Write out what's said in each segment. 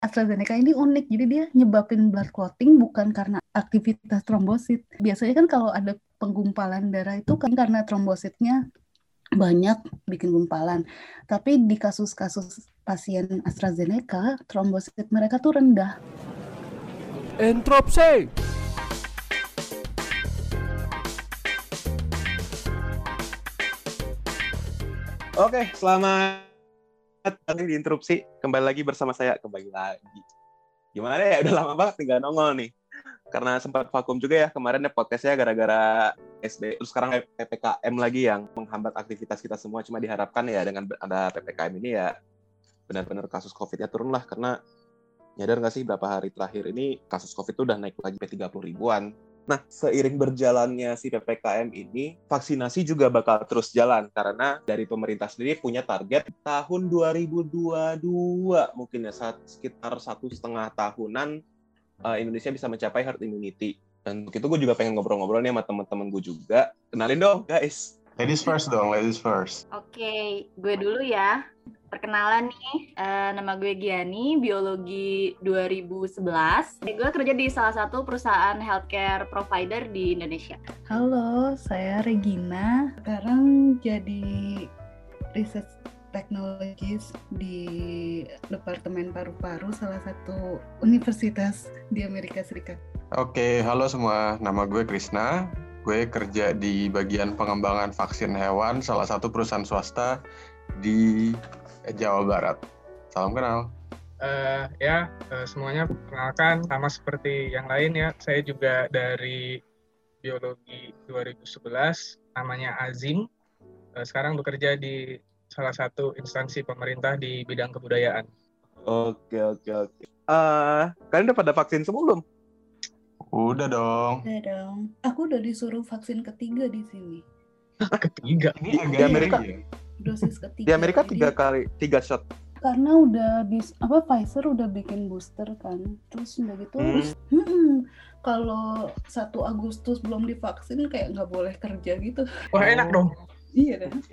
AstraZeneca ini unik, jadi dia nyebabin blood clotting bukan karena aktivitas trombosit. Biasanya kan kalau ada penggumpalan darah itu kan karena trombositnya banyak bikin gumpalan. Tapi di kasus-kasus pasien AstraZeneca, trombosit mereka tuh rendah. Entropsi. Oke, selamat datang di Interupsi. Kembali lagi bersama saya. Gimana ya? Udah lama banget nggak nongol nih. Karena sempat vakum juga ya kemarin ya podcastnya gara-gara SD. Terus sekarang PPKM lagi yang menghambat aktivitas kita semua. Cuma diharapkan ya dengan ada PPKM ini ya benar-benar kasus COVID-nya turun lah. Karena nyadar nggak sih berapa hari terakhir ini kasus COVID itu udah naik lagi ke 30 ribuan. Nah, seiring berjalannya si PPKM ini, vaksinasi juga bakal terus jalan karena dari pemerintah sendiri punya target tahun 2022 mungkin ya sekitar 1,5 tahunan Indonesia bisa mencapai herd immunity. Dan untuk itu gue juga pengen ngobrol-ngobrol nih sama teman-teman gue juga. Kenalin dong, guys. Ladies first dong, ladies first. Oke, gue dulu ya. Perkenalan nih, nama gue Giani, biologi 2011. Gue kerja di salah satu perusahaan healthcare provider di Indonesia. Halo, saya Regina. Sekarang jadi research technologist di Departemen Paru-Paru salah satu universitas di Amerika Serikat. Oke, halo semua. Nama gue Krisna. Gue kerja di bagian pengembangan vaksin hewan salah satu perusahaan swasta di Jawa Barat. Salam kenal. Semuanya perkenalkan, sama seperti yang lain ya. Saya juga dari biologi 2011, namanya Azim. Sekarang bekerja di salah satu instansi pemerintah di bidang kebudayaan. Oke. Kalian udah pada vaksin semua belum? Udah dong. Udah dong. Aku udah disuruh vaksin ketiga di sini. Ketiga? Ini Di Amerika? Dosis ketiga. Di Amerika Jadi, 3 shot. karena udah Pfizer udah bikin booster kan. Terus udah gitu kalau 1 Agustus belum divaksin kayak nggak boleh kerja gitu. Wah, enak dong. Iya kan?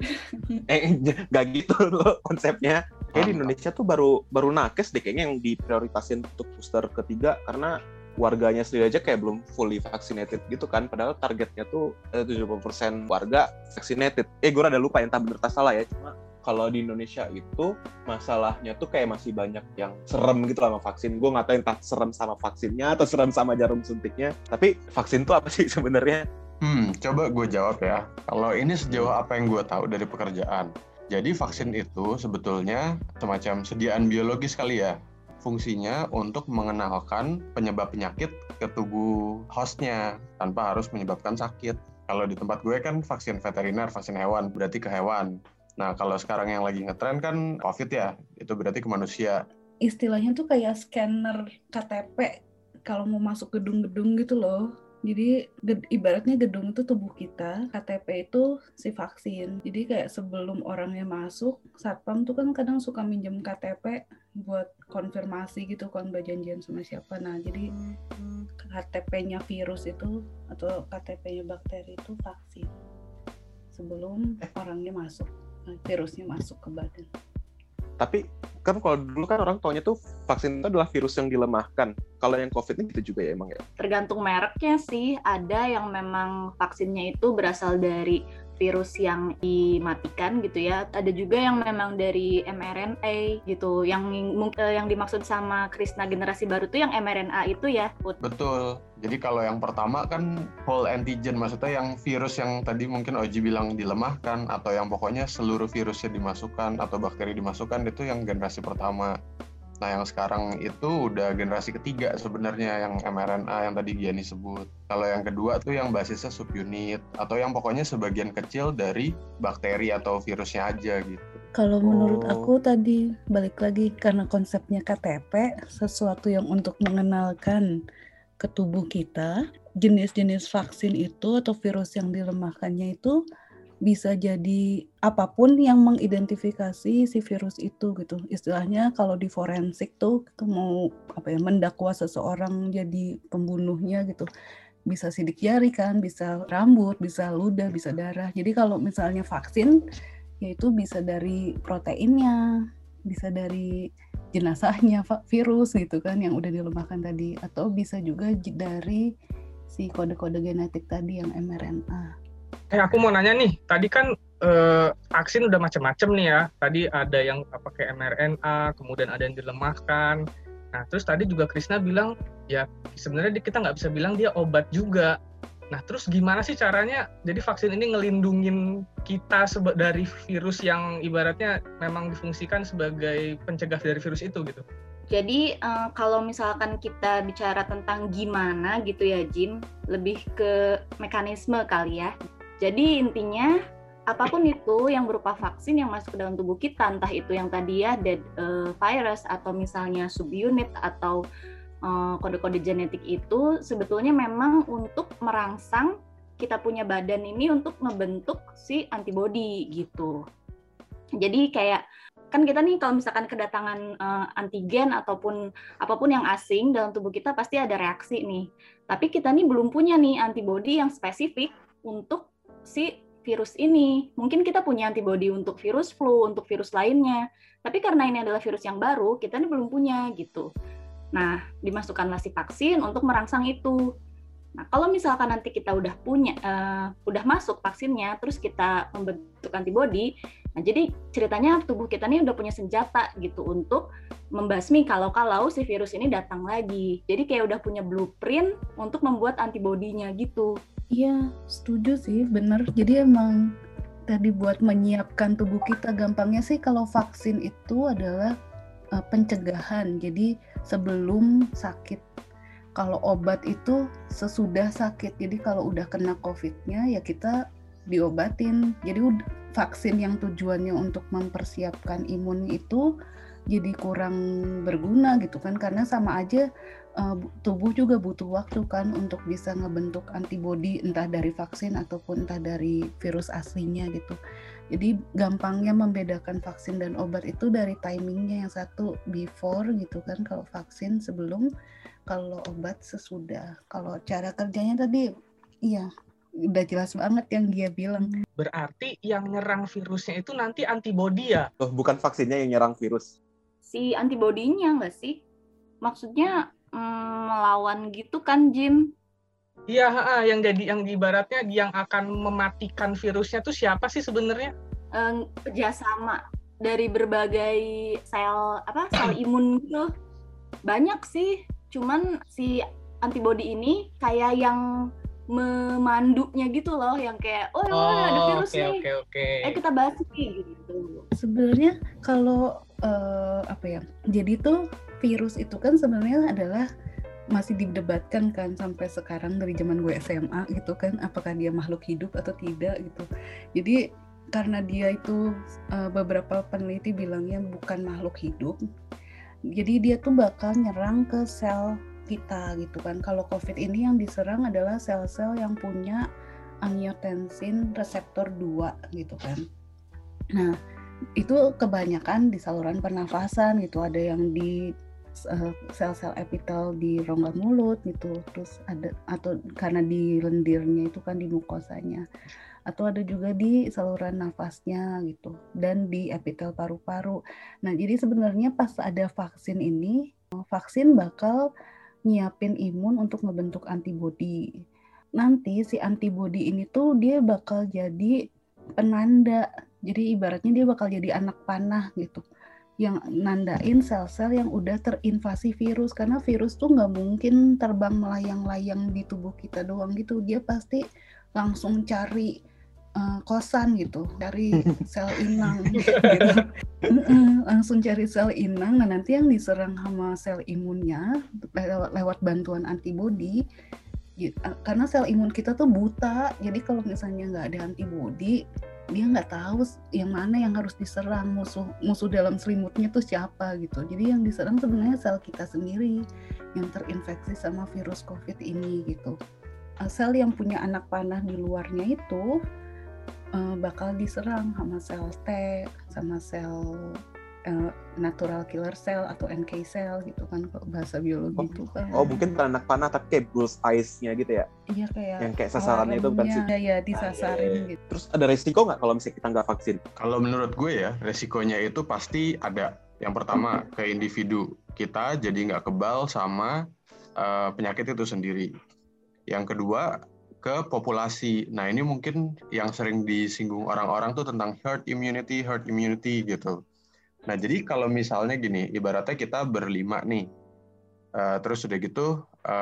Nggak gitu loh konsepnya. Kayak di Indonesia tuh baru nakes deh kayaknya yang diprioritasin untuk booster ketiga karena warganya sendiri aja kayak belum fully vaccinated gitu kan, padahal targetnya tuh 70% warga vaccinated. Gue rada lupa entah bener tak salah ya, cuma kalau di Indonesia itu masalahnya tuh kayak masih banyak yang serem gitu sama vaksin. Gue nggak tahu entah serem sama vaksinnya atau serem sama jarum suntiknya, tapi vaksin tuh apa sih sebenarnya? Coba gue jawab ya. Kalau ini sejauh apa yang gue tahu dari pekerjaan. Jadi vaksin itu sebetulnya semacam sediaan biologis kali ya. Fungsinya untuk mengenalkan penyebab penyakit ke tubuh hostnya tanpa harus menyebabkan sakit. Kalau di tempat gue kan vaksin veteriner, vaksin hewan, berarti ke hewan. Nah, kalau sekarang yang lagi ngetren kan COVID ya, itu berarti ke manusia. Istilahnya tuh kayak scanner KTP kalau mau masuk gedung-gedung gitu loh. Jadi ibaratnya gedung itu tubuh kita, KTP itu si vaksin. Jadi kayak sebelum orangnya masuk, satpam tuh kan kadang suka minjem KTP buat konfirmasi gitu kan udah janjian sama siapa. Nah, jadi KTP-nya virus itu atau KTP-nya bakteri itu vaksin. Sebelum orangnya masuk, virusnya masuk ke badan. Tapi kan kalau dulu kan orang taunya tuh vaksin itu adalah virus yang dilemahkan. Kalau yang COVID ini gitu juga ya emang ya? Tergantung mereknya sih, ada yang memang vaksinnya itu berasal dari virus yang dimatikan gitu ya. Ada juga yang memang dari mRNA gitu. Yang dimaksud sama Krisna generasi baru tuh yang mRNA itu ya, Put. Betul. Jadi kalau yang pertama kan whole antigen, maksudnya yang virus yang tadi mungkin Oji bilang dilemahkan, atau yang pokoknya seluruh virusnya dimasukkan atau bakteri dimasukkan, itu yang generasi pertama. Nah, yang sekarang itu udah generasi ketiga sebenarnya, yang mRNA yang tadi Giani sebut. Kalau yang kedua tuh yang basisnya subunit, atau yang pokoknya sebagian kecil dari bakteri atau virusnya aja gitu. Kalau menurut aku tadi, balik lagi, karena konsepnya KTP, sesuatu yang untuk mengenalkan ke tubuh kita, jenis-jenis vaksin itu atau virus yang dilemahkannya itu bisa jadi apapun yang mengidentifikasi si virus itu gitu. Istilahnya kalau di forensik tuh mau mendakwa seseorang jadi pembunuhnya gitu. Bisa sidik jari kan, bisa rambut, bisa ludah, bisa darah. Jadi kalau misalnya vaksin yaitu bisa dari proteinnya, bisa dari jenazahnya virus gitu kan yang udah dilemahkan tadi, atau bisa juga dari si kode-kode genetik tadi yang mRNA. Aku mau nanya nih, tadi kan vaksin udah macam-macam nih ya. Tadi ada yang pakai mRNA, kemudian ada yang dilemahkan. Nah, terus tadi juga Krisna bilang, ya sebenarnya kita nggak bisa bilang dia obat juga. Nah, terus gimana sih caranya jadi vaksin ini ngelindungin kita dari virus yang ibaratnya memang difungsikan sebagai pencegah dari virus itu gitu? Jadi kalau misalkan kita bicara tentang gimana gitu ya Jim, lebih ke mekanisme kali ya. Jadi intinya apapun itu yang berupa vaksin yang masuk ke dalam tubuh kita, entah itu yang tadi ya virus atau misalnya subunit atau kode-kode genetik itu sebetulnya memang untuk merangsang kita punya badan ini untuk ngebentuk si antibodi gitu. Jadi kayak kan kita nih kalau misalkan kedatangan antigen ataupun apapun yang asing dalam tubuh kita pasti ada reaksi nih. Tapi kita nih belum punya nih antibodi yang spesifik untuk si virus ini. Mungkin kita punya antibodi untuk virus flu, untuk virus lainnya. Tapi karena ini adalah virus yang baru, kita nih belum punya gitu. Nah, dimasukkanlah si vaksin untuk merangsang itu. Nah, kalau misalkan nanti kita udah punya, udah masuk vaksinnya, terus kita membentuk antibodi, nah jadi ceritanya tubuh kita nih udah punya senjata gitu untuk membasmi kalau si virus ini datang lagi. Jadi kayak udah punya blueprint untuk membuat antibodinya gitu. Iya, setuju sih, bener. Jadi emang tadi buat menyiapkan tubuh kita, gampangnya sih kalau vaksin itu adalah pencegahan. Jadi sebelum sakit. Kalau obat itu sesudah sakit. Jadi kalau udah kena COVID-nya ya kita diobatin. Jadi vaksin yang tujuannya untuk mempersiapkan imun itu jadi kurang berguna gitu kan, karena sama aja tubuh juga butuh waktu kan untuk bisa ngebentuk antibodi entah dari vaksin ataupun entah dari virus aslinya gitu. Jadi gampangnya membedakan vaksin dan obat itu dari timingnya, yang satu before gitu kan kalau vaksin sebelum, kalau obat sesudah. Kalau cara kerjanya tadi iya udah jelas banget yang dia bilang. Berarti yang nyerang virusnya itu nanti antibodi ya? Tuh, bukan vaksinnya yang nyerang virus. Si antibodinya nggak sih? Maksudnya melawan gitu kan, Jim? Iya, yang ibaratnya yang akan mematikan virusnya tuh siapa sih sebenarnya? Kerjasama dari berbagai sel imun gitu. Banyak sih, cuman si antibodi ini kayak yang memandunya gitu loh, yang kayak ada virus nih. Okay. Kita bahas nih gitu. Sebenarnya kalau jadi tuh virus itu kan sebenarnya adalah masih didebatkan kan sampai sekarang dari zaman gue SMA gitu kan, apakah dia makhluk hidup atau tidak gitu. Jadi karena dia itu beberapa peneliti bilangnya bukan makhluk hidup, jadi dia tuh bakal nyerang ke sel kita gitu kan. Kalau COVID ini yang diserang adalah sel-sel yang punya angiotensin reseptor 2 gitu kan. Nah, itu kebanyakan di saluran pernafasan gitu, ada yang di sel-sel epitel di rongga mulut gitu, terus ada atau karena di lendirnya itu kan di mukosanya, atau ada juga di saluran nafasnya gitu, dan di epitel paru-paru. Nah, jadi sebenarnya pas ada vaksin ini, vaksin bakal nyiapin imun untuk membentuk antibodi. Nanti si antibodi ini tuh dia bakal jadi penanda. Jadi ibaratnya dia bakal jadi anak panah gitu, yang nandain sel-sel yang udah terinvasi virus. Karena virus tuh nggak mungkin terbang melayang-layang di tubuh kita doang gitu. Dia pasti langsung cari kosan gitu, cari sel inang gitu. Langsung cari sel inang. Nah, nanti yang diserang sama sel imunnya lewat bantuan antibodi. Karena sel imun kita tuh buta, jadi kalau misalnya nggak ada antibodi, dia nggak tahu yang mana yang harus diserang, musuh dalam selimutnya tuh siapa gitu. Jadi yang diserang sebenarnya sel kita sendiri yang terinfeksi sama virus COVID ini gitu. Sel yang punya anak panah di luarnya itu bakal diserang sama sel T, sama sel natural killer cell atau NK cell gitu kan, bahasa biologi itu kan. Oh, mungkin bukan anak panah tapi kayak bull's eyes-nya gitu ya? Iya, kayak yang kayak sasarannya itu bukan sih? Iya, disasarin gitu. Terus ada resiko nggak kalau misalnya kita nggak vaksin? Kalau menurut gue ya, resikonya itu pasti ada. Yang pertama, ke individu. Kita jadi nggak kebal sama penyakit itu sendiri. Yang kedua, ke populasi. Nah, ini mungkin yang sering disinggung orang-orang tuh tentang herd immunity gitu. Nah, jadi kalau misalnya gini, ibaratnya kita berlima nih, terus udah gitu,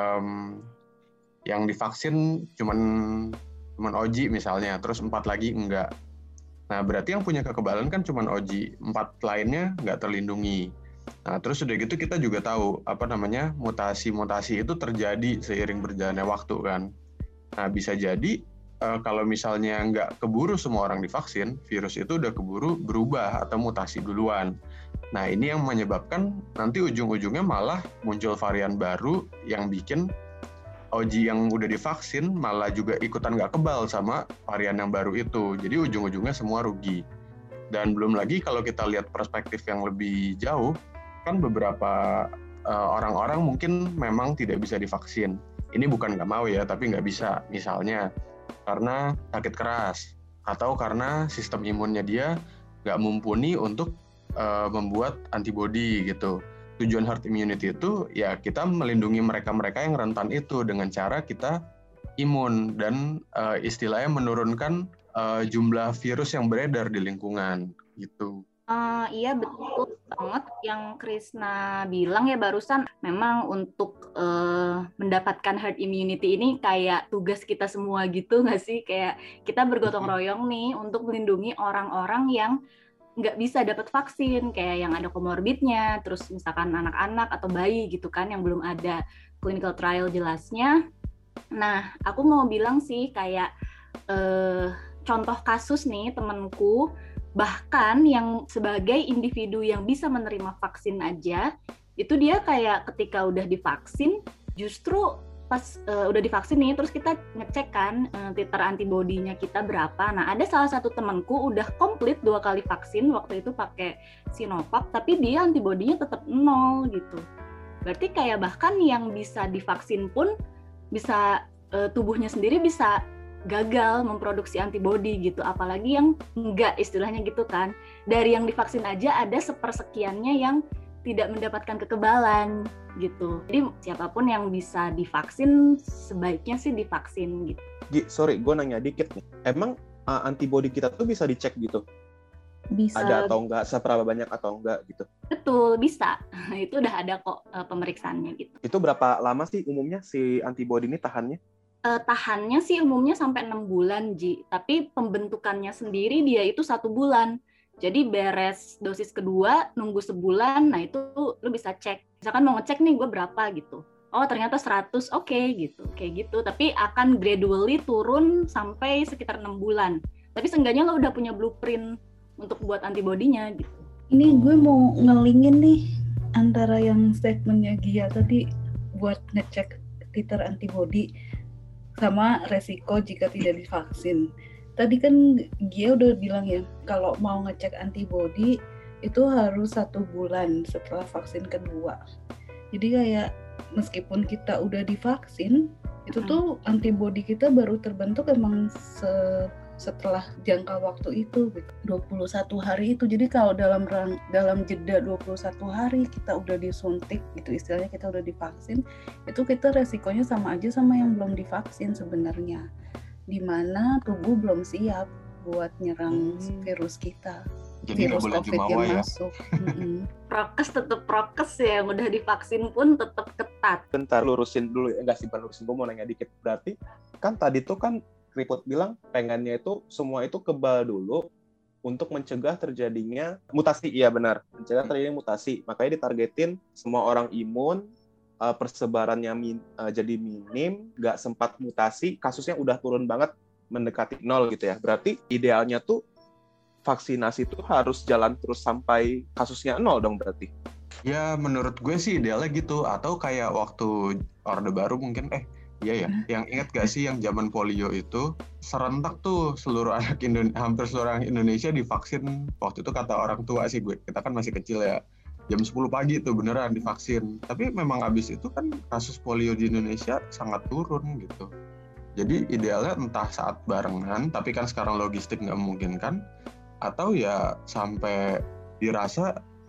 yang divaksin cuman Oji misalnya, terus 4 lagi enggak. Nah, berarti yang punya kekebalan kan cuman Oji, 4 lainnya nggak terlindungi. Nah, terus udah gitu kita juga tahu, mutasi-mutasi itu terjadi seiring berjalannya waktu kan. Nah, bisa jadi kalau misalnya nggak keburu semua orang divaksin, virus itu udah keburu berubah atau mutasi duluan. Nah, ini yang menyebabkan nanti ujung-ujungnya malah muncul varian baru yang bikin Oji yang udah divaksin malah juga ikutan nggak kebal sama varian yang baru itu. Jadi ujung-ujungnya semua rugi. Dan belum lagi kalau kita lihat perspektif yang lebih jauh, kan beberapa orang-orang mungkin memang tidak bisa divaksin. Ini bukan nggak mau ya, tapi nggak bisa. Misalnya karena sakit keras, atau karena sistem imunnya dia nggak mumpuni untuk membuat antibodi gitu. Tujuan herd immunity itu ya kita melindungi mereka-mereka yang rentan itu dengan cara kita imun dan istilahnya menurunkan jumlah virus yang beredar di lingkungan gitu. Iya betul banget yang Krisna bilang ya barusan. Memang untuk mendapatkan herd immunity ini kayak tugas kita semua gitu nggak sih? Kayak kita bergotong royong nih untuk melindungi orang-orang yang nggak bisa dapat vaksin, kayak yang ada komorbidnya, terus misalkan anak-anak atau bayi gitu kan yang belum ada clinical trial jelasnya. Nah, aku mau bilang sih kayak contoh kasus nih temanku, bahkan yang sebagai individu yang bisa menerima vaksin aja, itu dia kayak ketika udah divaksin, justru pas udah divaksin nih, terus kita ngecek kan titer antibodinya kita berapa. Nah, ada salah satu temanku udah komplit 2 kali vaksin, waktu itu pakai Sinovac, tapi dia antibodinya tetap 0 gitu. Berarti kayak bahkan yang bisa divaksin pun bisa tubuhnya sendiri bisa gagal memproduksi antibodi gitu, apalagi yang enggak, istilahnya gitu kan. Dari yang divaksin aja ada sepersekiannya yang tidak mendapatkan kekebalan gitu. Jadi siapapun yang bisa divaksin sebaiknya sih divaksin gitu. Sorry, gue nanya dikit nih. Emang antibodi kita tuh bisa dicek gitu? Bisa. Ada atau enggak, seberapa banyak atau enggak gitu? Betul, bisa. Itu udah ada kok pemeriksaannya gitu. Itu berapa lama sih umumnya si antibodi ini tahannya? Tahannya sih umumnya sampai 6 bulan, Ji. Tapi pembentukannya sendiri dia itu 1 bulan. Jadi beres dosis kedua, nunggu sebulan, nah itu lu bisa cek. Misalkan mau ngecek nih gue berapa gitu. Oh ternyata 100, oke gitu. Kayak gitu, tapi akan gradually turun sampai sekitar 6 bulan. Tapi seenggaknya lo udah punya blueprint untuk buat antibodinya gitu. Ini gue mau ngelingin nih antara yang statementnya Gia tadi buat ngecek titer antibodi sama resiko jika tidak divaksin. Tadi kan Gia udah bilang ya, kalau mau ngecek antibodi itu harus 1 bulan setelah vaksin kedua. Jadi kayak meskipun kita udah divaksin, itu tuh antibodi kita baru terbentuk emang setelah jangka waktu itu 21 hari itu. Jadi kalau dalam jeda 21 hari kita udah disuntik gitu, istilahnya kita udah divaksin, itu kita resikonya sama aja sama yang belum divaksin sebenarnya, di mana tubuh belum siap buat nyerang virus kita. Jadi nggak boleh jumawa ya. Prokes tetap prokes ya, yang udah divaksin pun tetap ketat. Bentar, lurusin dulu. Gue mau nanya dikit. Berarti kan tadi tuh kan Kriput bilang pengennya itu semua itu kebal dulu untuk mencegah terjadinya mutasi. Iya benar, mencegah terjadinya mutasi. Makanya ditargetin semua orang imun, persebarannya jadi minim, nggak sempat mutasi, kasusnya udah turun banget, mendekati 0 gitu ya. Berarti idealnya tuh vaksinasi itu harus jalan terus sampai kasusnya 0 dong berarti. Ya menurut gue sih idealnya gitu. Atau kayak waktu Orde Baru mungkin, iya ya, yang ingat gak sih yang zaman polio itu serentak tuh hampir seluruh orang Indonesia divaksin. Waktu itu kata orang tua sih, kita kan masih kecil ya, jam 10 pagi tuh beneran divaksin. Tapi memang abis itu kan kasus polio di Indonesia sangat turun gitu. Jadi idealnya entah saat barengan, tapi kan sekarang logistik nggak memungkinkan, atau ya sampai dirasa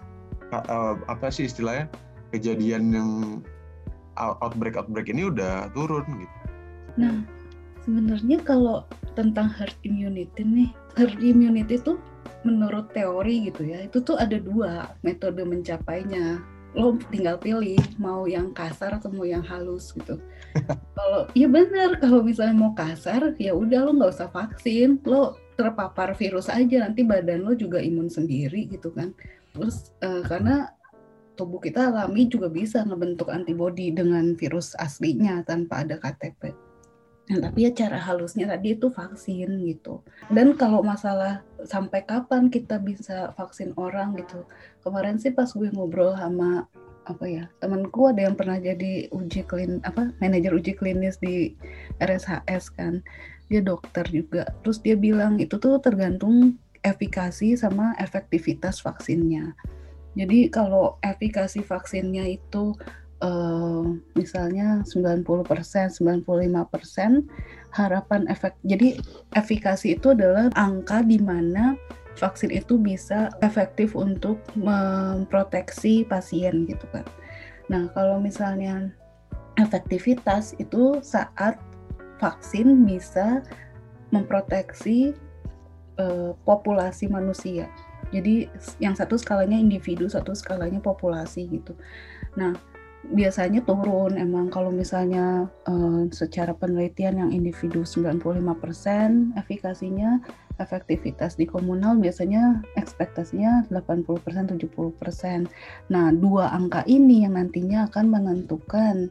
apa sih istilahnya, kejadian yang outbreak ini udah turun gitu. Nah, sebenarnya kalau tentang herd immunity nih, herd immunity tuh menurut teori gitu ya, itu tuh ada 2 metode mencapainya. Lo tinggal pilih mau yang kasar atau mau yang halus gitu. Kalau ya benar, kalau misalnya mau kasar ya udah lo nggak usah vaksin, lo terpapar virus aja, nanti badan lo juga imun sendiri gitu kan. Terus karena tubuh kita alami juga bisa ngebentuk antibodi dengan virus aslinya tanpa ada KTP. Nah, tapi ya cara halusnya tadi itu vaksin gitu. Dan kalau masalah sampai kapan kita bisa vaksin orang gitu, kemarin sih pas gue ngobrol sama temanku, ada yang pernah jadi manajer uji klinis di RSHS kan, dia dokter juga. Terus dia bilang itu tuh tergantung efikasi sama efektivitas vaksinnya. Jadi kalau efikasi vaksinnya itu misalnya 90%, 95%, harapan jadi efikasi itu adalah angka di mana vaksin itu bisa efektif untuk memproteksi pasien gitu kan. Nah, kalau misalnya efektivitas itu saat vaksin bisa memproteksi populasi manusia. Jadi yang satu skalanya individu, satu skalanya populasi gitu. Nah, biasanya turun emang kalau misalnya secara penelitian yang individu 95% efikasinya, efektivitas di komunal biasanya ekspektasinya 80%, 70%. Nah, 2 angka ini yang nantinya akan menentukan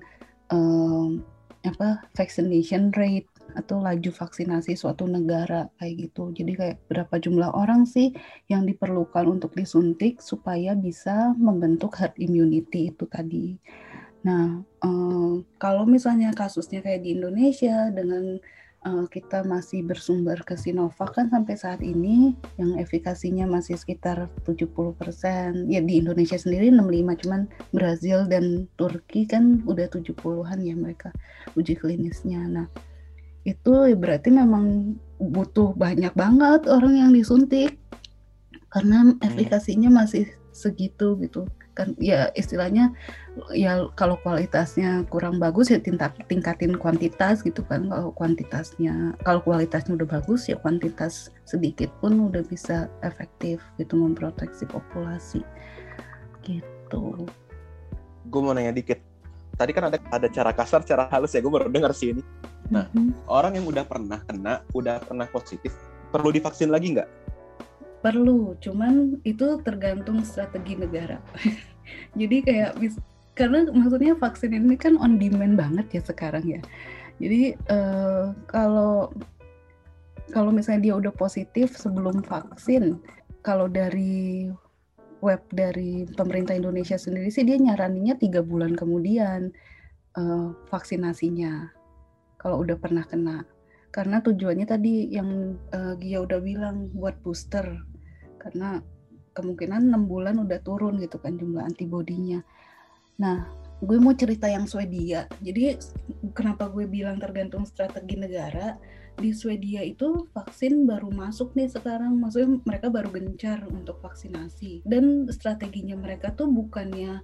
vaccination rate atau laju vaksinasi suatu negara kayak gitu. Jadi kayak berapa jumlah orang sih yang diperlukan untuk disuntik supaya bisa membentuk herd immunity itu tadi. Nah, kalau misalnya kasusnya kayak di Indonesia dengan kita masih bersumber ke Sinovac kan sampai saat ini yang efikasinya masih sekitar 70%. Ya di Indonesia sendiri 65, cuman Brazil dan Turki kan udah 70-an ya mereka uji klinisnya. Nah, itu berarti memang butuh banyak banget orang yang disuntik karena efikasinya masih segitu gitu kan. Ya istilahnya ya kalau kualitasnya kurang bagus ya tingkatin kuantitas gitu kan. Kalau kualitasnya udah bagus ya kuantitas sedikit pun udah bisa efektif gitu memproteksi populasi gitu. Gue mau nanya dikit. Tadi kan ada cara kasar, cara halus ya, gue baru dengar sih ini. Nah, orang yang udah pernah kena, udah pernah positif, perlu divaksin lagi nggak? Perlu, cuman itu tergantung strategi negara. Jadi kayak karena maksudnya vaksin ini kan on demand banget ya sekarang ya. Jadi kalau misalnya dia udah positif sebelum vaksin, kalau dari web dari pemerintah Indonesia sendiri sih dia nyaraninnya 3 bulan kemudian vaksinasinya kalau udah pernah kena. Karena tujuannya tadi yang Gia udah bilang buat booster. Karena kemungkinan 6 bulan udah turun gitu kan jumlah antibodinya. Nah, gue mau cerita yang Swedia. Jadi kenapa gue bilang tergantung strategi negara? Di Swedia itu vaksin baru masuk nih sekarang. Maksudnya mereka baru gencar untuk vaksinasi. Dan strateginya mereka tuh bukannya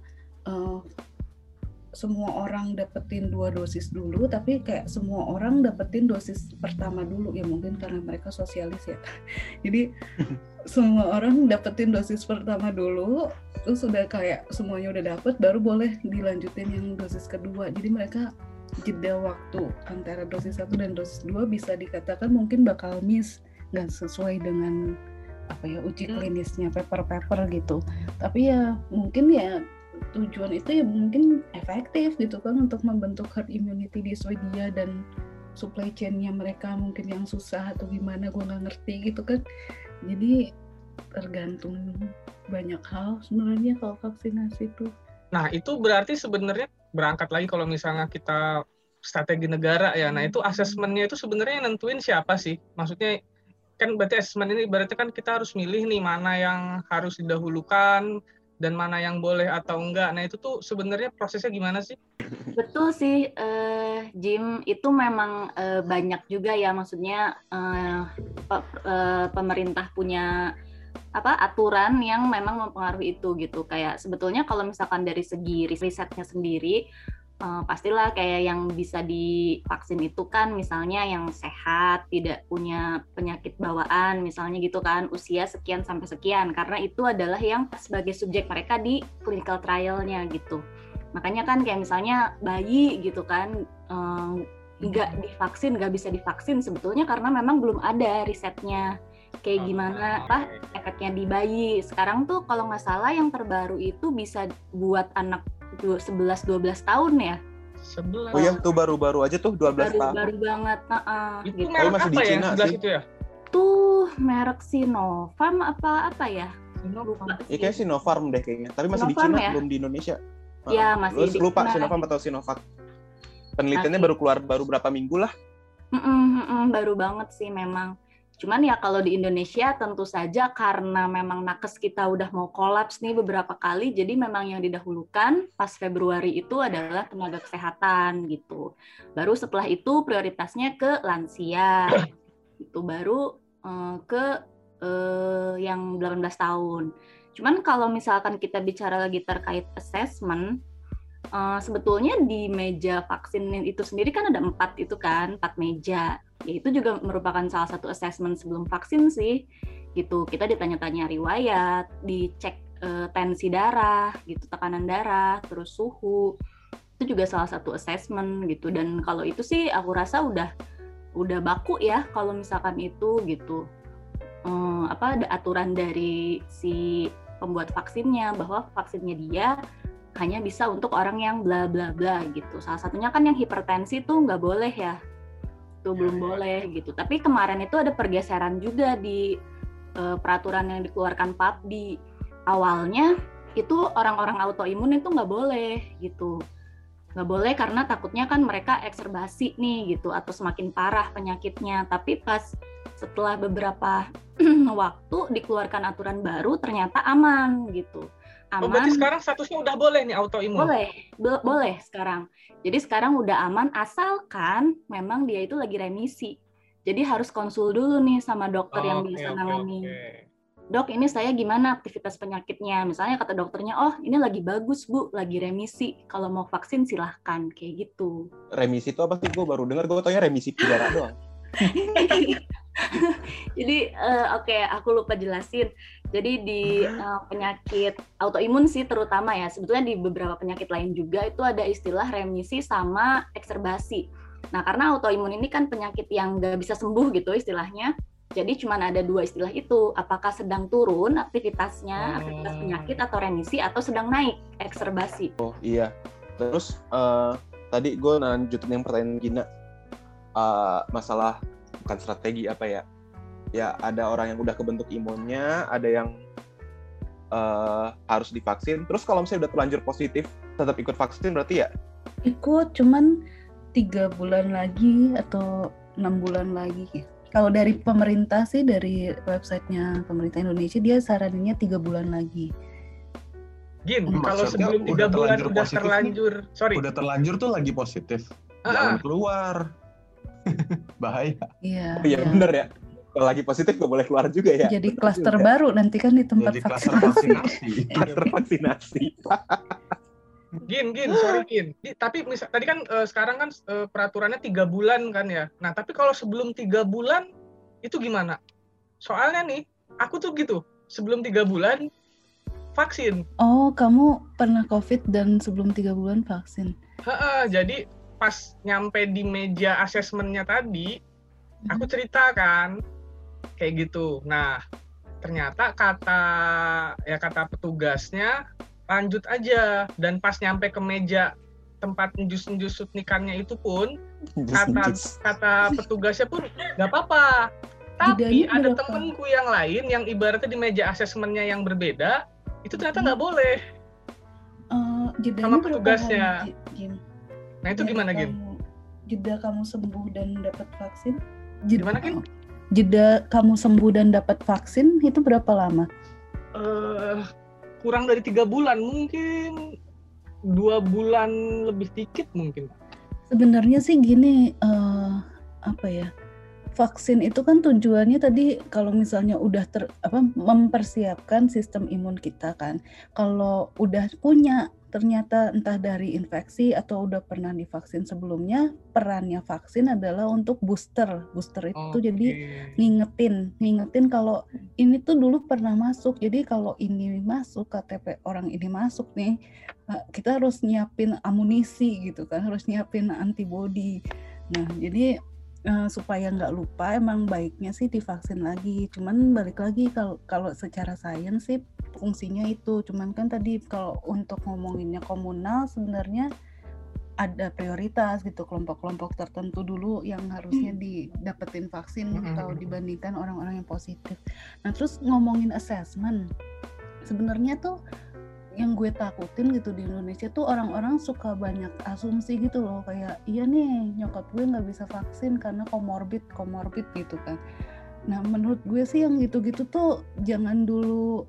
semua orang dapetin 2 dosis dulu, tapi kayak semua orang dapetin dosis pertama dulu. Ya mungkin karena mereka sosialis ya. Jadi semua orang dapetin dosis pertama dulu, terus udah kayak semuanya udah dapet, baru boleh dilanjutin yang dosis kedua. Jadi mereka jeda waktu antara dosis 1 dan dosis 2 bisa dikatakan mungkin bakal miss, nggak sesuai dengan uji klinisnya, paper gitu. Tapi ya mungkin ya tujuan itu ya mungkin efektif gitu kan untuk membentuk herd immunity di Swedia, dan supply chain-nya mereka mungkin yang susah atau gimana gue nggak ngerti gitu kan. Jadi tergantung banyak hal sebenarnya kalau vaksinasi itu. Nah itu berarti sebenarnya berangkat lagi kalau misalnya kita strategi negara ya. Nah itu asesmennya itu sebenarnya yang nentuin siapa sih? Maksudnya kan berarti asesmen ini berarti kan kita harus milih nih mana yang harus didahulukan dan mana yang boleh atau enggak. Nah itu tuh sebenarnya prosesnya gimana sih? Betul sih, Jim, itu memang banyak juga ya, maksudnya pemerintah punya aturan yang memang mempengaruhi itu gitu. Kayak sebetulnya kalau misalkan dari segi risetnya sendiri, pastilah kayak yang bisa divaksin itu kan misalnya yang sehat, tidak punya penyakit bawaan misalnya gitu kan, usia sekian sampai sekian, karena itu adalah yang sebagai subjek mereka di clinical trial-nya gitu. Makanya kan kayak misalnya bayi gitu kan, nggak bisa divaksin sebetulnya karena memang belum ada risetnya kayak gimana efeknya di bayi. Sekarang tuh kalau nggak salah yang terbaru itu bisa buat anak 11-12 tahun ya. 11. Oh ya, tuh baru-baru aja tuh 12 tahun. Baru banget. Itu Gitu. merek masih apa di ya? Cina 11 sih. itu ya? Tuh merek Sinopharm apa ya? Sinopharm. Ya kayak Sinopharm deh kayaknya. Tapi masih di Sinopharm Cina, ya? belum di Indonesia. Ya, masih Terus di lupa Cina. Sinopharm atau Sinovac. Penelitiannya baru keluar berapa minggu lah. Baru banget sih memang. Cuman ya kalau di Indonesia tentu saja karena memang nakes kita udah mau kolaps nih beberapa kali, jadi memang yang didahulukan pas Februari itu adalah tenaga kesehatan gitu. Baru setelah itu prioritasnya ke lansia, itu baru ke yang 18 tahun. Cuman kalau misalkan kita bicara lagi terkait assessment, sebetulnya di meja vaksin itu sendiri kan ada 4 meja. Ya itu juga merupakan salah satu assessment sebelum vaksin sih, gitu. Kita ditanya-tanya riwayat, dicek tensi darah, gitu, tekanan darah, terus suhu. Itu juga salah satu assessment gitu. Dan kalau itu sih aku rasa udah baku ya kalau misalkan itu gitu. Ada aturan dari si pembuat vaksinnya bahwa vaksinnya dia hanya bisa untuk orang yang bla bla bla gitu. Salah satunya kan yang hipertensi tuh nggak boleh ya. Itu belum boleh gitu. Tapi kemarin itu ada pergeseran juga di peraturan yang dikeluarkan PAPDI. Awalnya itu orang-orang autoimun itu nggak boleh gitu. Nggak boleh karena takutnya kan mereka ekserbasi nih gitu atau semakin parah penyakitnya. Tapi pas setelah beberapa waktu dikeluarkan aturan baru ternyata aman gitu. Oh, berarti sekarang statusnya udah boleh nih autoimun? Boleh sekarang. Jadi sekarang udah aman asalkan memang dia itu lagi remisi. Jadi harus konsul dulu nih sama dokter yang bisa nangani. Dok, ini saya gimana aktivitas penyakitnya? Misalnya kata dokternya, oh ini lagi bagus Bu, lagi remisi. Kalau mau vaksin silahkan, kayak gitu. Remisi itu apa sih? Gue baru dengar, gue taunya remisi pidana doang. Jadi aku lupa jelasin. Jadi di penyakit autoimun sih terutama ya, sebetulnya di beberapa penyakit lain juga itu ada istilah remisi sama ekserbasi. Nah karena autoimun ini kan penyakit yang nggak bisa sembuh gitu istilahnya, jadi cuma ada 2 istilah itu, apakah sedang turun aktivitasnya, aktivitas penyakit atau remisi, atau sedang naik ekserbasi. Oh iya, terus tadi gue lanjutin yang pertanyaan Gina, masalah bukan strategi apa ya, ya ada orang yang udah kebentuk imunnya, ada yang harus divaksin. Terus kalau misalnya udah terlanjur positif, tetap ikut vaksin berarti ya? Ikut, cuman 3 bulan lagi atau 6 bulan lagi. Kalau dari pemerintah sih, dari websitenya pemerintah Indonesia, dia saraninnya 3 bulan lagi. Gin, kalau sebelum 3 bulan udah terlanjur, udah terlanjur tuh lagi positif, jangan keluar. Bahaya. Iya. Iya bener ya. Kalau lagi positif gak boleh keluar juga ya. Jadi klaster baru nanti kan di tempat vaksinasi. Klaster vaksinasi. Gin, tapi tadi kan sekarang kan peraturannya 3 bulan kan ya. Nah, tapi kalau sebelum 3 bulan itu gimana? Soalnya nih, aku tuh gitu, sebelum 3 bulan vaksin. Oh, kamu pernah COVID dan sebelum 3 bulan vaksin? Jadi pas nyampe di meja asesmennya tadi, aku cerita kan, kayak gitu. Nah, ternyata kata petugasnya, lanjut aja, dan pas nyampe ke meja tempat njus-njus suntikannya itu pun kata petugasnya pun nggak apa-apa. Tapi ada temenku yang lain yang ibaratnya di meja asesmennya yang berbeda itu ternyata nggak boleh sama petugasnya. Nah itu gimana Gin? Jeda kamu sembuh dan dapat vaksin? Gimana Gin? Jeda kamu sembuh dan dapat vaksin itu berapa lama? Kurang dari 3 bulan, mungkin 2 bulan lebih dikit mungkin. Sebenarnya sih gini, vaksin itu kan tujuannya tadi kalau misalnya udah mempersiapkan sistem imun kita kan. Kalau udah punya ternyata entah dari infeksi atau udah pernah divaksin sebelumnya, perannya vaksin adalah untuk booster. Booster itu jadi ngingetin kalau ini tuh dulu pernah masuk. Jadi kalau ini masuk, KTP orang ini masuk nih, kita harus nyiapin amunisi gitu kan, harus nyiapin antibody. Nah, jadi supaya nggak lupa emang baiknya sih divaksin lagi. Cuman balik lagi kalau secara sains sih fungsinya itu. Cuman kan tadi kalau untuk ngomonginnya komunal sebenarnya ada prioritas gitu, kelompok-kelompok tertentu dulu yang harusnya didapetin vaksin kalau dibandingkan orang-orang yang positif. Nah terus ngomongin assessment, sebenarnya tuh yang gue takutin gitu di Indonesia tuh orang-orang suka banyak asumsi gitu loh, kayak iya nih nyokap gue nggak bisa vaksin karena komorbid gitu kan. Nah menurut gue sih yang gitu-gitu tuh jangan dulu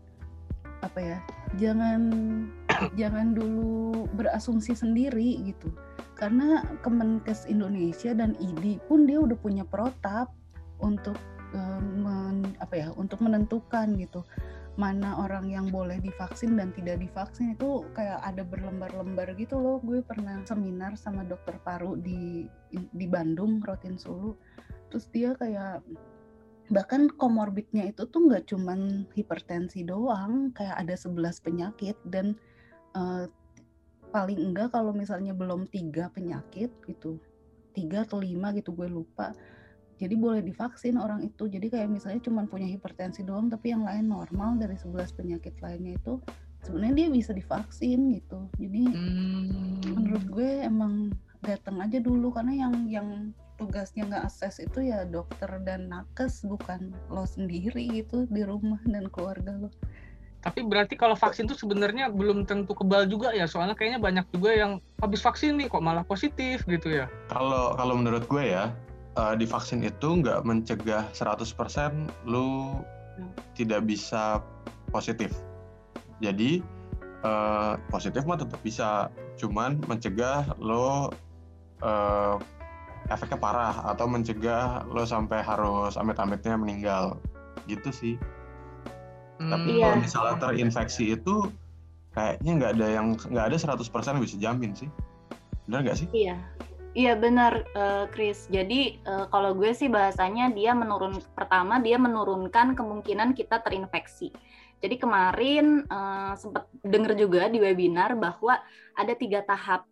jangan dulu berasumsi sendiri gitu, karena Kemenkes Indonesia dan ID pun dia udah punya protap untuk untuk menentukan gitu mana orang yang boleh divaksin dan tidak divaksin. Itu kayak ada berlembar-lembar gitu loh. Gue pernah seminar sama dokter paru di Bandung, Rotin Sulu. Terus dia kayak bahkan komorbidnya itu tuh nggak cuman hipertensi doang, kayak ada 11 penyakit dan paling enggak kalau misalnya belum 3 penyakit gitu, 3 atau 5 gitu gue lupa, jadi boleh divaksin orang itu. Jadi kayak misalnya cuma punya hipertensi doang tapi yang lain normal dari 11 penyakit lainnya itu sebenarnya dia bisa divaksin gitu. Jadi menurut gue emang datang aja dulu, karena yang tugasnya nggak akses itu ya dokter dan nakes, bukan lo sendiri gitu di rumah dan keluarga lo. Tapi berarti kalau vaksin tuh sebenarnya belum tentu kebal juga ya, soalnya kayaknya banyak juga yang habis vaksin nih kok malah positif gitu ya. Kalau menurut gue ya, divaksin itu nggak mencegah 100% lu tidak bisa positif. Jadi positif mah tetap bisa, cuman mencegah lo efeknya parah atau mencegah lo sampai harus amit-amitnya meninggal gitu sih. Tapi kalau misalnya terinfeksi itu kayaknya nggak ada 100% yang bisa jamin sih. Benar nggak sih? Iya benar, Chris. Jadi kalau gue sih bahasanya dia menurunkan kemungkinan kita terinfeksi. Jadi kemarin sempat dengar juga di webinar bahwa ada 3 tahap.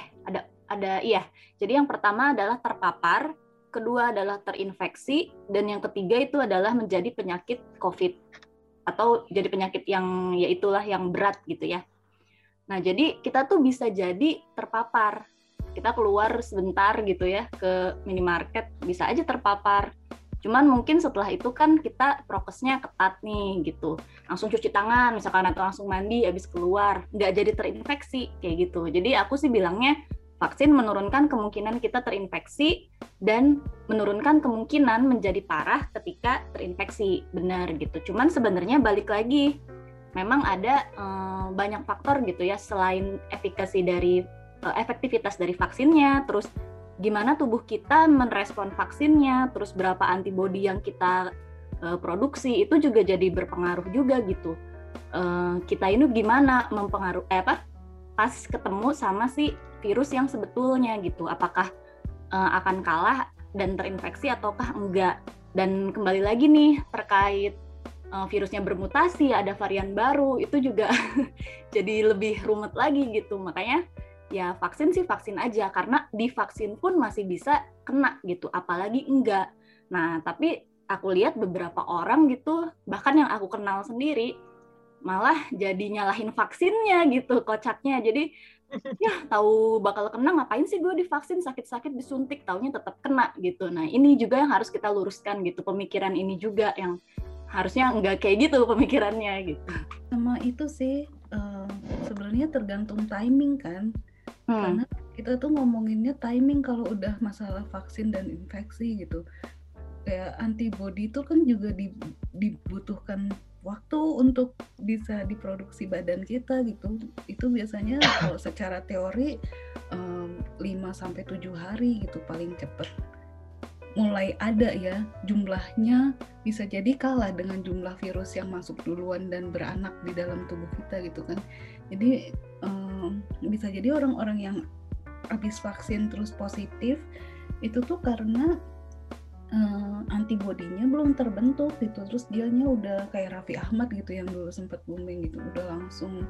Jadi yang pertama adalah terpapar, kedua adalah terinfeksi, dan yang ketiga itu adalah menjadi penyakit COVID atau jadi penyakit yang yaitulah yang berat gitu ya. Nah jadi kita tuh bisa jadi terpapar. Kita keluar sebentar gitu ya ke minimarket, bisa aja terpapar. Cuman mungkin setelah itu kan kita prokesnya ketat nih gitu. Langsung cuci tangan misalkan atau langsung mandi habis keluar, nggak jadi terinfeksi kayak gitu. Jadi aku sih bilangnya vaksin menurunkan kemungkinan kita terinfeksi dan menurunkan kemungkinan menjadi parah ketika terinfeksi, benar gitu. Cuman sebenarnya balik lagi, memang ada banyak faktor gitu ya selain efektivitas dari vaksinnya, terus gimana tubuh kita merespon vaksinnya, terus berapa antibodi yang kita produksi, itu juga jadi berpengaruh juga gitu. Kita ini gimana pas ketemu sama si virus yang sebetulnya gitu, apakah akan kalah dan terinfeksi ataukah enggak. Dan kembali lagi nih terkait virusnya bermutasi, ada varian baru, itu juga jadi lebih rumit lagi gitu. Makanya ya vaksin aja, karena di vaksin pun masih bisa kena gitu, apalagi enggak. Nah tapi aku lihat beberapa orang gitu, bahkan yang aku kenal sendiri, malah jadi nyalahin vaksinnya gitu, kocaknya. Jadi ya tahu bakal kena, ngapain sih gue divaksin, sakit-sakit disuntik, taunya tetap kena gitu. Nah ini juga yang harus kita luruskan gitu, pemikiran ini juga yang harusnya enggak kayak gitu pemikirannya gitu. Sama itu sih sebenarnya tergantung timing kan. Karena kita tuh ngomonginnya timing kalau udah masalah vaksin dan infeksi gitu. Kayak antibody itu kan juga dibutuhkan waktu untuk bisa diproduksi badan kita gitu. Itu biasanya kalau secara teori 5-7 hari gitu paling cepat. mulai ada ya, jumlahnya bisa jadi kalah dengan jumlah virus yang masuk duluan dan beranak di dalam tubuh kita gitu kan. Jadi bisa jadi orang-orang yang habis vaksin terus positif itu tuh karena antibodinya belum terbentuk gitu, terus dianya udah kayak Raffi Ahmad gitu yang dulu sempat booming gitu, udah langsung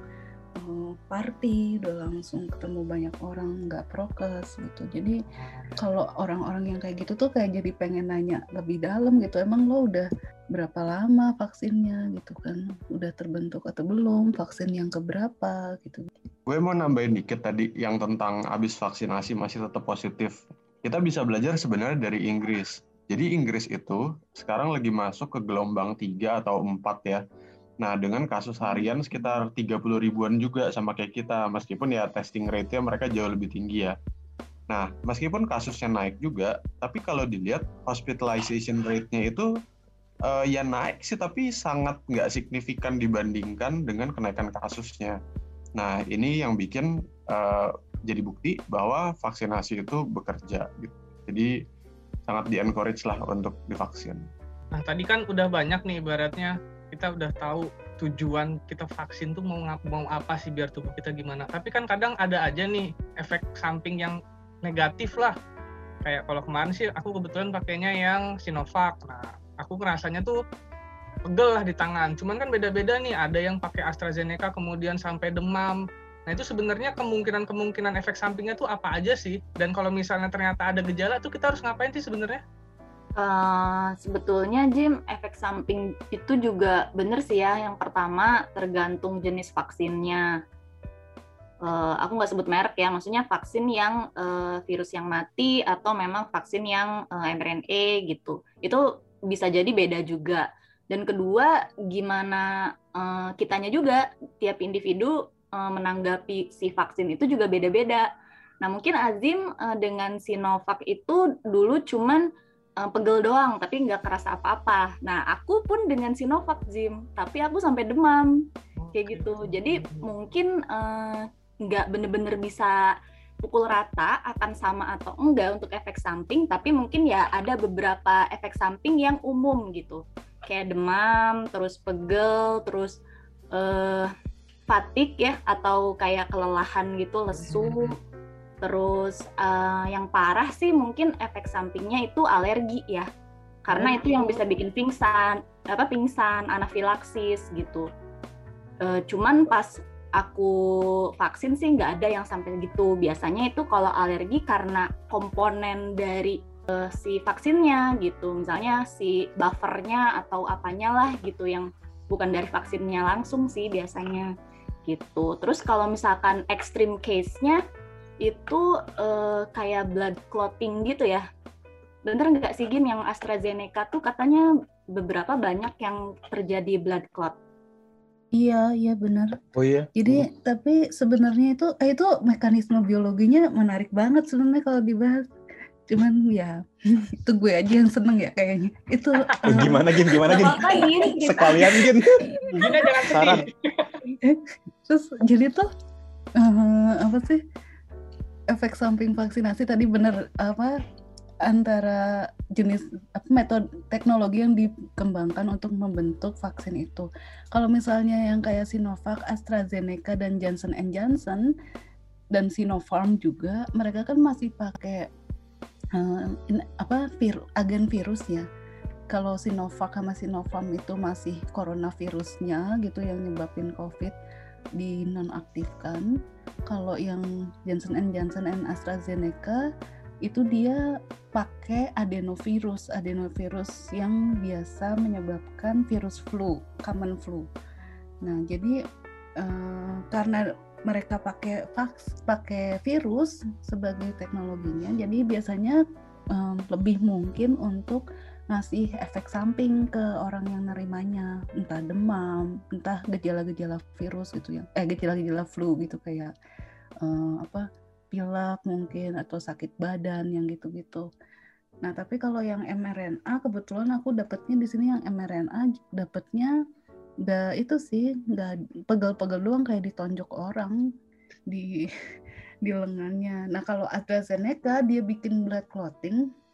party, udah langsung ketemu banyak orang, nggak prokes gitu. Jadi kalau orang-orang yang kayak gitu tuh kayak jadi pengen nanya lebih dalam gitu, emang lo udah berapa lama vaksinnya gitu kan, udah terbentuk atau belum, vaksin yang keberapa gitu. Gue mau nambahin dikit tadi yang tentang abis vaksinasi masih tetap positif. Kita bisa belajar sebenarnya dari Inggris. Jadi Inggris itu sekarang lagi masuk ke gelombang 3 atau 4 ya. Nah, dengan kasus harian sekitar 30 ribuan juga sama kayak kita, meskipun ya testing rate-nya mereka jauh lebih tinggi ya. Nah, meskipun kasusnya naik juga, tapi kalau dilihat hospitalization rate-nya itu ya naik sih, tapi sangat nggak signifikan dibandingkan dengan kenaikan kasusnya. Nah, ini yang bikin jadi bukti bahwa vaksinasi itu bekerja gitu. Jadi sangat di-encourage lah untuk divaksin. Nah, tadi kan udah banyak nih ibaratnya kita udah tahu tujuan kita vaksin tuh mau apa sih biar tubuh kita gimana. Tapi kan kadang ada aja nih efek samping yang negatif lah. Kayak kalau kemarin sih aku kebetulan pakainya yang Sinovac. Nah, aku ngerasanya tuh pegel lah di tangan. Cuman kan beda-beda nih, ada yang pakai AstraZeneca kemudian sampai demam. Nah, itu sebenarnya kemungkinan efek sampingnya tuh apa aja sih? Dan kalau misalnya ternyata ada gejala tuh kita harus ngapain sih sebenarnya? Sebetulnya Jim, efek samping itu juga bener sih ya. Yang pertama tergantung jenis vaksinnya. Aku nggak sebut merek ya, maksudnya vaksin yang virus yang mati atau memang vaksin yang mRNA gitu. Itu bisa jadi beda juga. Dan kedua, gimana kitanya juga, tiap individu menanggapi si vaksin itu juga beda-beda. Nah, mungkin Azim dengan Sinovac itu dulu cuman pegel doang, tapi nggak kerasa apa-apa. Nah, aku pun dengan Sinovac, Zim, tapi aku sampai demam, kayak gitu. Jadi mungkin nggak bener-bener bisa pukul rata akan sama atau enggak untuk efek samping, tapi mungkin ya ada beberapa efek samping yang umum gitu. Kayak demam, terus pegel, terus fatigue ya, atau kayak kelelahan gitu, lesu. Terus yang parah sih mungkin efek sampingnya itu alergi ya, karena itu yang bisa bikin pingsan, anafilaksis gitu. Cuman pas aku vaksin sih nggak ada yang sampai gitu. Biasanya itu kalau alergi karena komponen dari si vaksinnya gitu, misalnya si buffernya atau apanya lah gitu, yang bukan dari vaksinnya langsung sih biasanya gitu. Terus kalau misalkan extreme case-nya itu kayak blood clotting gitu ya. Bener nggak sih Gin, yang AstraZeneca tuh katanya beberapa banyak yang terjadi blood clot. Iya benar. Oh iya. Jadi tapi sebenarnya itu mekanisme biologinya menarik banget sebenarnya kalau dibahas. Cuman ya itu gue aja yang seneng ya kayaknya. Itu gimana Gin? Sekalian Gin. Gina jangan sedih. Terus jadi tuh apa sih? Efek samping vaksinasi tadi bener antara jenis metode teknologi yang dikembangkan untuk membentuk vaksin itu. Kalau misalnya yang kayak Sinovac, AstraZeneca dan Johnson & Johnson dan Sinopharm juga, mereka kan masih pakai agen virus ya. Kalau Sinovac sama Sinopharm itu masih coronavirusnya gitu yang nyebabin COVID dinonaktifkan. Kalau yang Johnson & Johnson dan AstraZeneca itu dia pakai adenovirus yang biasa menyebabkan virus flu, common flu. Nah, jadi karena mereka pakai virus sebagai teknologinya, jadi biasanya lebih mungkin untuk ngasih efek samping ke orang yang nerimanya, entah demam, entah gejala-gejala virus gitu ya, gejala-gejala flu gitu kayak pilek mungkin atau sakit badan yang gitu-gitu. Nah tapi kalau yang mRNA kebetulan aku dapetnya di sini yang mRNA dapetnya nggak pegel-pegel doang kayak ditonjok orang di lengannya. Nah kalau AstraZeneca dia bikin blood clotting.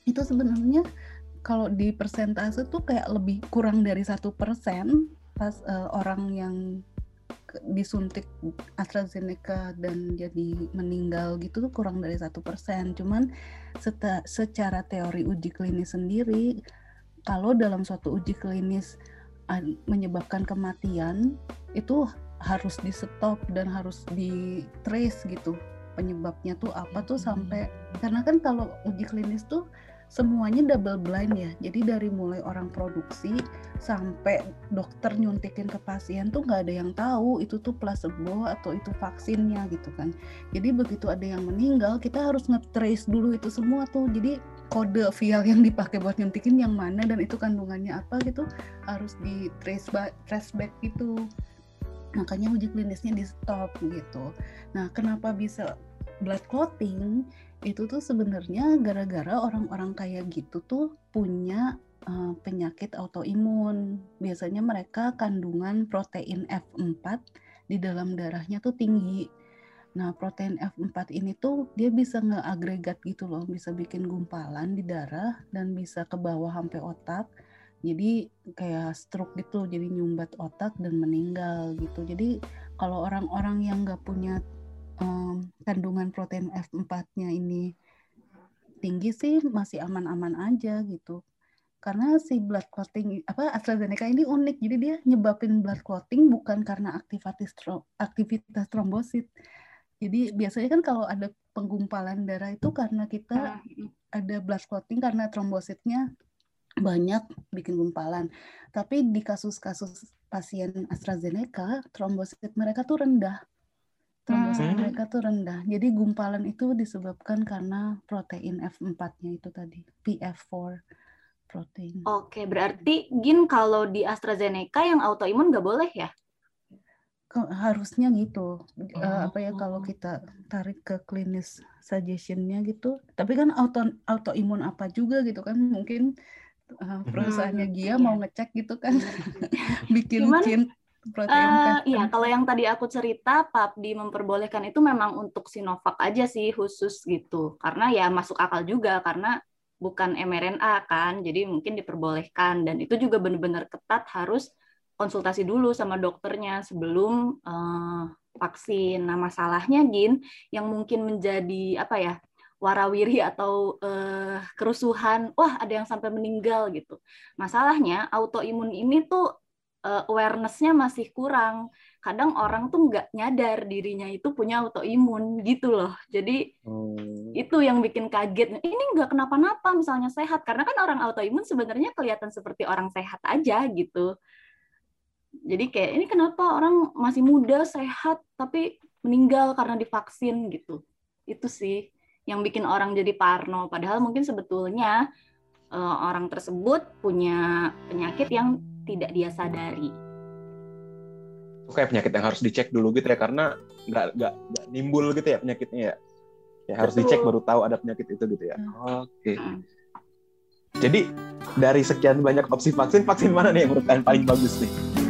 itu sebenarnya kalau di persentase tuh kayak lebih kurang dari 1% pas orang yang disuntik AstraZeneca dan jadi meninggal gitu tuh kurang dari 1%. Cuman secara teori uji klinis sendiri, kalau dalam suatu uji klinis menyebabkan kematian, itu harus di stop dan harus di trace gitu penyebabnya tuh apa tuh sampai, karena kan kalau uji klinis tuh semuanya double blind ya, jadi dari mulai orang produksi sampai dokter nyuntikin ke pasien tuh nggak ada yang tahu itu tuh placebo atau itu vaksinnya gitu kan. Jadi begitu ada yang meninggal, kita harus nge-trace dulu itu semua tuh, jadi kode vial yang dipakai buat nyuntikin yang mana dan itu kandungannya apa gitu harus di trace back gitu. Makanya uji klinisnya di stop gitu. Nah, kenapa bisa blood clotting? Itu tuh sebenarnya gara-gara orang-orang kayak gitu tuh punya penyakit autoimun. Biasanya mereka kandungan protein F4 di dalam darahnya tuh tinggi. Nah, protein F4 ini tuh dia bisa ngeagregat gitu loh, bisa bikin gumpalan di darah dan bisa ke bawah sampai otak. Jadi kayak stroke gitu, jadi nyumbat otak dan meninggal gitu. Jadi kalau orang-orang yang nggak punya kandungan protein F4-nya ini tinggi sih masih aman-aman aja gitu. Karena si blood clotting AstraZeneca ini unik, jadi dia nyebabin blood clotting bukan karena aktivitas trombosit. Jadi biasanya kan kalau ada penggumpalan darah itu karena kita ada blood clotting karena trombositnya banyak bikin gumpalan. Tapi di kasus-kasus pasien AstraZeneca, trombosit mereka tuh rendah. Jadi gumpalan itu disebabkan karena protein F4-nya itu tadi, PF4 protein. Oke, berarti Gin kalau di AstraZeneca yang autoimun nggak boleh ya? Harusnya gitu. Kalau kita tarik ke klinis suggestion-nya gitu. Tapi kan autoimun apa juga gitu kan, mungkin perusahaannya Gia mau ngecek gitu kan. Bikin protein iya, kalau yang tadi aku cerita PAPDI memperbolehkan itu memang untuk Sinovac aja sih khusus gitu. Karena ya masuk akal juga karena bukan mRNA kan, jadi mungkin diperbolehkan dan itu juga benar-benar ketat harus konsultasi dulu sama dokternya sebelum vaksin. Nah, masalahnya Gin yang mungkin menjadi warawiri atau kerusuhan, wah ada yang sampai meninggal gitu. Masalahnya autoimun ini tuh awareness-nya masih kurang. Kadang orang tuh nggak nyadar dirinya itu punya autoimun gitu loh. Jadi itu yang bikin kaget. Ini nggak kenapa-napa misalnya sehat. Karena kan orang autoimun sebenarnya kelihatan seperti orang sehat aja gitu. Jadi kayak ini kenapa orang masih muda, sehat, tapi meninggal karena divaksin gitu. Itu sih yang bikin orang jadi parno. Padahal mungkin sebetulnya orang tersebut punya penyakit yang tidak dia sadari. Itu kayak penyakit yang harus dicek dulu gitu ya, karena nggak nimbul gitu ya penyakitnya ya. Ya harus dicek baru tahu ada penyakit itu gitu ya. Oke. Jadi dari sekian banyak opsi vaksin mana nih yang menurut kalian paling bagus nih?